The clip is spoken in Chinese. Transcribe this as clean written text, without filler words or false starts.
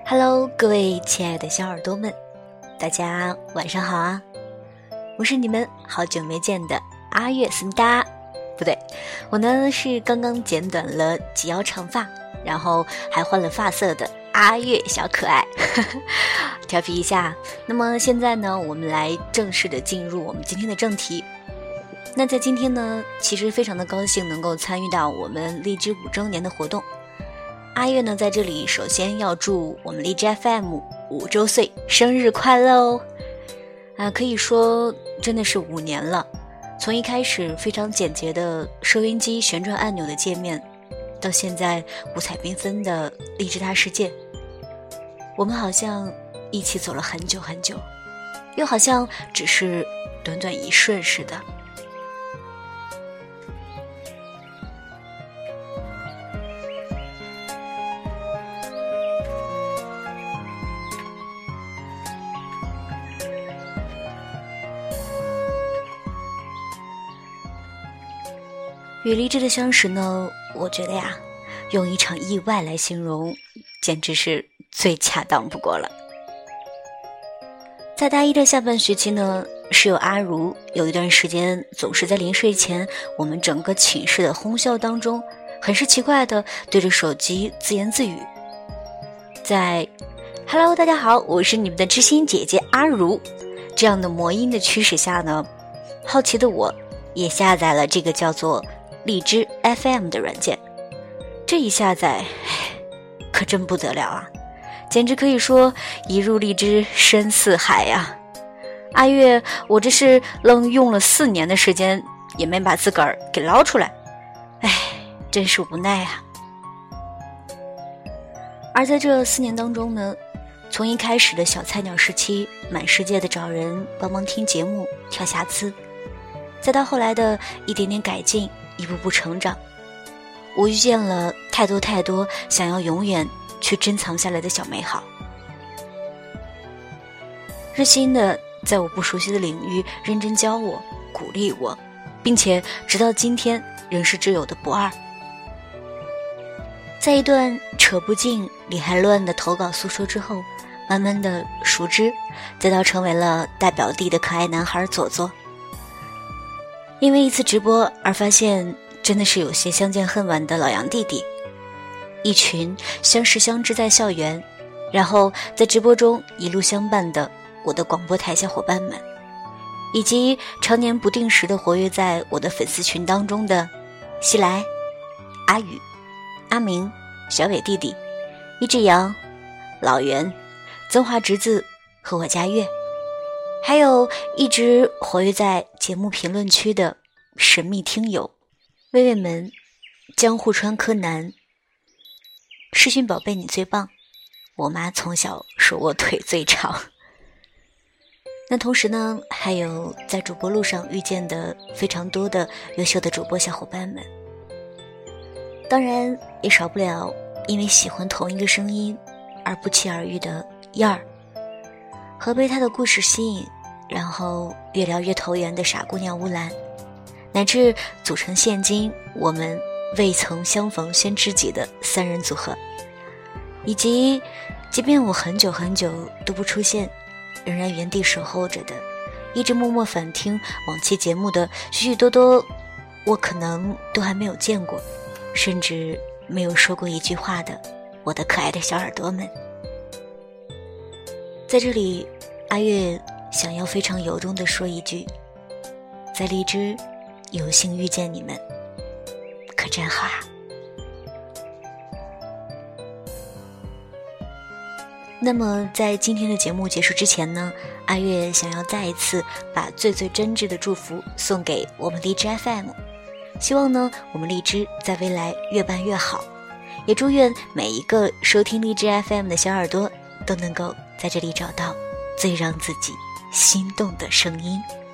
Hello， 各位亲爱的小耳朵们，大家晚上好啊！我是你们好久没见的阿月思密达，不对，我呢是刚刚剪短了及腰长发，然后还换了发色的阿月小可爱，调皮一下。那么现在呢，我们来正式的进入我们今天的正题。那在今天呢，其实非常的高兴能够参与到我们荔枝5周年的活动。阿月呢，在这里首先要祝我们荔枝 FM 5周岁生日快乐哦！可以说真的是5年了，从一开始非常简洁的收音机旋转按钮的界面，到现在五彩缤纷的荔枝大世界，我们好像一起走了很久很久，又好像只是短短一瞬似的。与荔枝的相识呢，我觉得呀，用一场意外来形容，简直是最恰当不过了。在大一的下半学期呢，室友阿如有一段时间总是在临睡前，我们整个寝室的哄笑当中，很是奇怪的对着手机自言自语。在 Hello 大家好，我是你们的知心姐姐阿如这样的魔音的驱使下呢，好奇的我也下载了这个叫做荔枝 FM 的软件。这一下载可真不得了啊，简直可以说一入荔枝深似海啊。阿月我这是愣用了4年的时间也没把自个儿给捞出来，真是无奈啊。而在这4年当中呢，从一开始的小菜鸟时期，满世界的找人帮忙听节目挑瑕疵，再到后来的一点点改进，一步步成长，我遇见了太多想要永远去珍藏下来的小美好，热心的在我不熟悉的领域认真教我鼓励我，并且直到今天仍是挚友的不二。在一段扯不尽理还乱的投稿诉说之后，慢慢的熟知，再到成为了代表弟的可爱男孩左左。因为一次直播而发现真的是有些相见恨晚的老杨弟弟，一群相识相知在校园，然后在直播中一路相伴的我的广播台小伙伴们，以及常年不定时的活跃在我的粉丝群当中的西来、阿宇、阿明、小伟弟弟、一只羊、老袁、曾华侄子和我家月，还有一直活跃在节目评论区的神秘听友薇薇们、江户川柯南、视讯宝贝你最棒，我妈从小说我腿最长。那同时呢，还有在主播路上遇见的非常多的优秀的主播小伙伴们，当然也少不了因为喜欢同一个声音而不期而遇的燕儿，和被他的故事吸引，然后越聊越投缘的傻姑娘乌兰，乃至组成现今我们未曾相逢先知己的3人组合，以及即便我很久都不出现，仍然原地守候着的，一直默默反听往期节目的许多我可能都还没有见过，甚至没有说过一句话的我的可爱的小耳朵们。在这里，阿月想要非常由衷地说一句，在荔枝有幸遇见你们，可真好啊。那么在今天的节目结束之前呢，阿月想要再一次把最真挚的祝福送给我们荔枝 FM， 希望呢我们荔枝在未来越办越好，也祝愿每一个收听荔枝 FM 的小耳朵都能够在这里找到最让自己心动的声音。